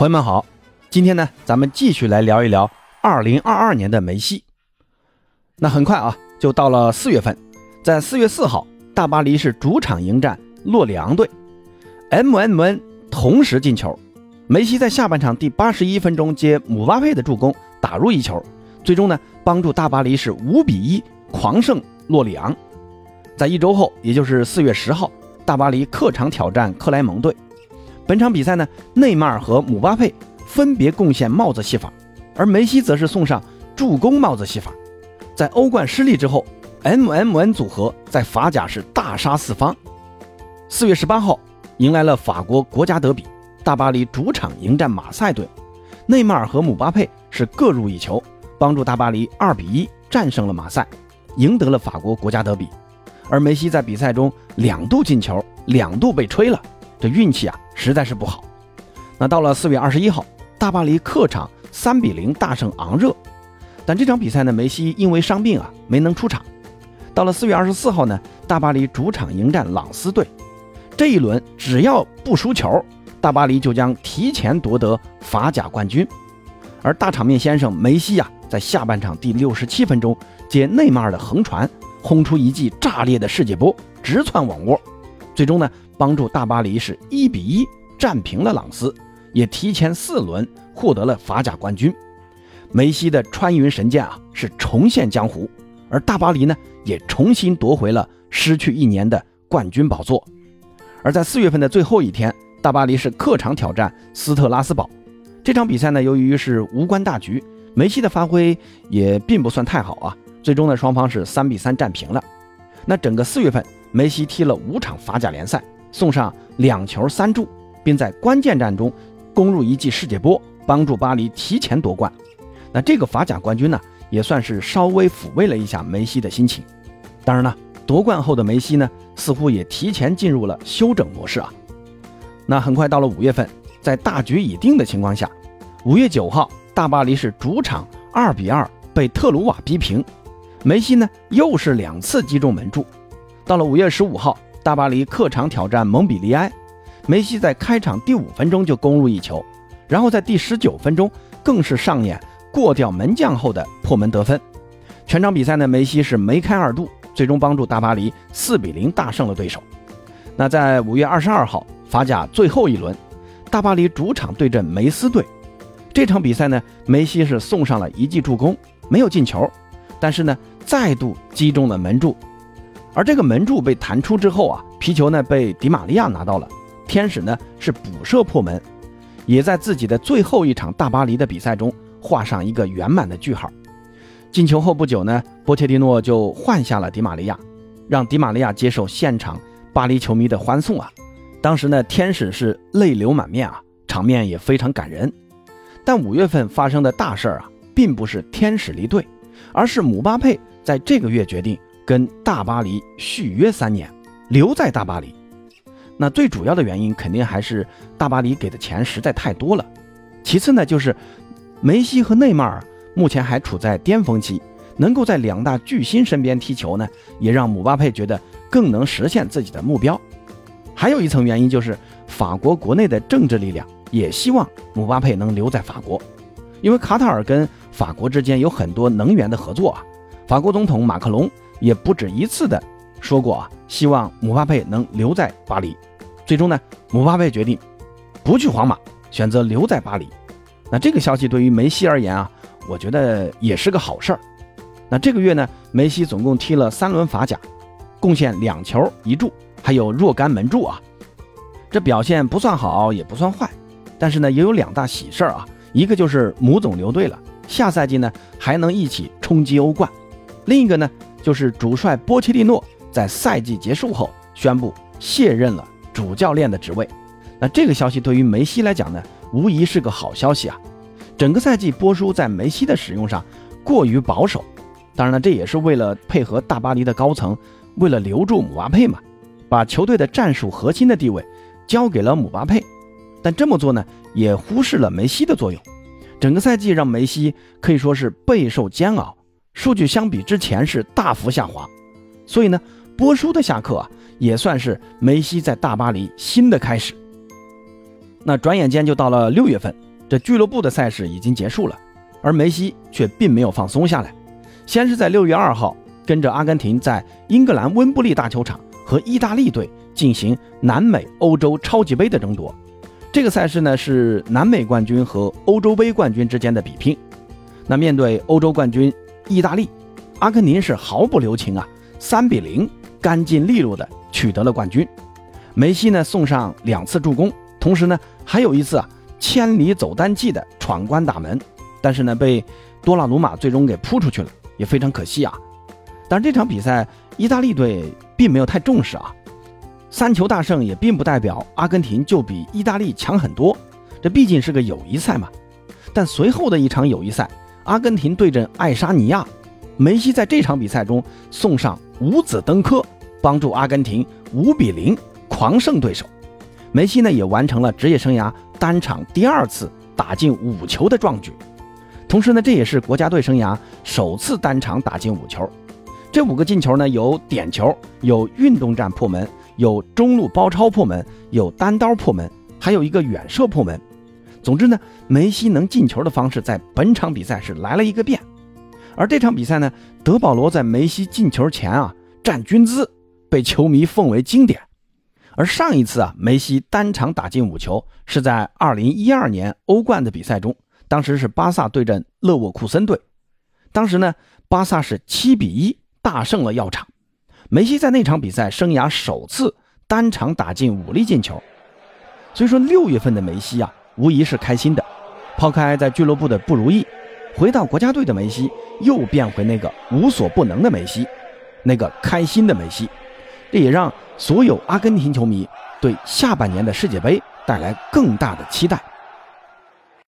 朋友们好，今天呢，咱们继续来聊一聊2022年的梅西。那很快啊，就到了4月份，在4月4号，大巴黎是主场迎战洛里昂队 ，MN 同时进球，梅西在下半场第81分钟接姆巴佩的助攻打入一球，最终呢，帮助大巴黎是5-1狂胜洛里昂。在一周后，也就是4月10号，大巴黎客场挑战克莱蒙队。本场比赛呢，内马尔和姆巴佩分别贡献帽子戏法，而梅西则是送上助攻帽子戏法。在欧冠失利之后 ，MN 组合在法甲是大杀四方。4月18号，迎来了法国国家德比，大巴黎主场迎战马赛队，内马尔和姆巴佩是各入一球，帮助大巴黎2-1战胜了马赛，赢得了法国国家德比。而梅西在比赛中2度进球，2度被吹了，这运气啊实在是不好。那到了4月21号，大巴黎客场3-0大胜昂热，但这场比赛呢，梅西因为伤病啊没能出场。到了4月24号呢，大巴黎主场迎战朗斯队，这一轮只要不输球，大巴黎就将提前夺得法甲冠军。而大场面先生梅西啊，在下半场第67分钟接内马尔的横传，轰出一记炸裂的世界波，直窜网窝，最终呢，帮助大巴黎是1-1战平了朗斯，也提前4轮获得了法甲冠军。梅西的穿云神剑啊，是重现江湖，而大巴黎呢，也重新夺回了失去1年的冠军宝座。而在4月份的最后一天，大巴黎是客场挑战斯特拉斯堡。这场比赛呢，由于是无关大局，梅西的发挥也并不算太好啊，最终呢，双方是3-3战平了。那整个4月份，梅西踢了5场法甲联赛，送上2球3助，并在关键战中攻入一记世界波，帮助巴黎提前夺冠。那这个法甲冠军呢，也算是稍微抚慰了一下梅西的心情。当然了，夺冠后的梅西呢，似乎也提前进入了休整模式啊。那很快到了5月份，在大局已定的情况下，5月9号，大巴黎是主场2-2被特鲁瓦逼平，梅西呢又是2次击中门柱。到了5月15号，大巴黎客场挑战蒙彼利埃，梅西在开场第5分钟就攻入一球，然后在第19分钟更是上演过掉门将后的破门得分。全场比赛呢，梅西是梅开2度，最终帮助大巴黎4-0大胜了对手。那在5月22号，法甲最后一轮，大巴黎主场对阵梅斯队。这场比赛呢，梅西是送上了一记助攻，没有进球，但是呢，再度击中了门柱。而这个门柱被弹出之后啊，皮球呢被迪玛利亚拿到了，天使呢是补射破门，也在自己的最后一场大巴黎的比赛中画上一个圆满的句号。进球后不久呢，波切蒂诺就换下了迪玛利亚，让迪玛利亚接受现场巴黎球迷的欢送啊。当时呢，天使是泪流满面啊，场面也非常感人。但5月份发生的大事啊，并不是天使离队，而是姆巴佩在这个月决定跟大巴黎续约3年，留在大巴黎。那最主要的原因肯定还是大巴黎给的钱实在太多了。其次呢，就是梅西和内马尔目前还处在巅峰期，能够在2大巨星身边踢球呢，也让姆巴佩觉得更能实现自己的目标。还有一层原因就是法国国内的政治力量也希望姆巴佩能留在法国，因为卡塔尔跟法国之间有很多能源的合作啊。法国总统马克龙也不止一次的说过啊，希望姆巴佩能留在巴黎。最终呢，姆巴佩决定不去皇马，选择留在巴黎。那这个消息对于梅西而言啊，我觉得也是个好事儿。那这个月呢，梅西总共踢了3轮法甲，贡献2球1助，还有若干门柱啊。这表现不算好也不算坏，但是呢，也有2大喜事啊。一个就是姆总留队了，下赛季呢还能一起冲击欧冠。另一个呢，就是主帅波切蒂诺在赛季结束后宣布卸任了主教练的职位。那这个消息对于梅西来讲呢，无疑是个好消息啊。整个赛季波叔在梅西的使用上过于保守，当然了，这也是为了配合大巴黎的高层，为了留住姆巴佩嘛，把球队的战术核心的地位交给了姆巴佩。但这么做呢，也忽视了梅西的作用。整个赛季让梅西可以说是备受煎熬，数据相比之前是大幅下滑。所以呢，波叔的下课啊，也算是梅西在大巴黎新的开始。那转眼间就到了6月份， 这俱乐部的赛事已经结束了，而梅西却并没有放松下来。先是在6月2号跟着阿根廷在英格兰温布利大球场和意大利队进行南美欧洲超级杯的争夺。这个赛事呢是南美冠军和欧洲杯冠军之间的比拼。那面对欧洲冠军意大利，阿根廷是毫不留情啊，3-0干净利落的取得了冠军。梅西呢送上2次助攻，同时呢还有一次千里走单骑的闯关打门，但是呢被多纳鲁马最终给扑出去了，也非常可惜啊。但是这场比赛意大利队并没有太重视啊，3球大胜也并不代表阿根廷就比意大利强很多，这毕竟是个友谊赛嘛。但随后的一场友谊赛，阿根廷对阵爱沙尼亚，梅西在这场比赛中送上5子登科，帮助阿根廷5-0狂胜对手。梅西呢也完成了职业生涯单场第2次打进5球的壮举，同时呢这也是国家队生涯首次单场打进5球。这5个进球呢有点球，有运动战破门，有中路包抄破门，有单刀破门，还有一个远射破门。总之呢，梅西能进球的方式在本场比赛是来了一个遍。而这场比赛呢，德保罗在梅西进球前站军姿，被球迷奉为经典。而上一次梅西单场打进5球是在2012年欧冠的比赛中，当时是巴萨对阵勒沃库森队。当时呢，巴萨是7-1大胜了药厂。梅西在那场比赛生涯首次单场打进5粒进球。所以说6月份的梅西无疑是开心的。抛开在俱乐部的不如意，回到国家队的梅西又变回那个无所不能的梅西，那个开心的梅西。这也让所有阿根廷球迷对下半年的世界杯带来更大的期待。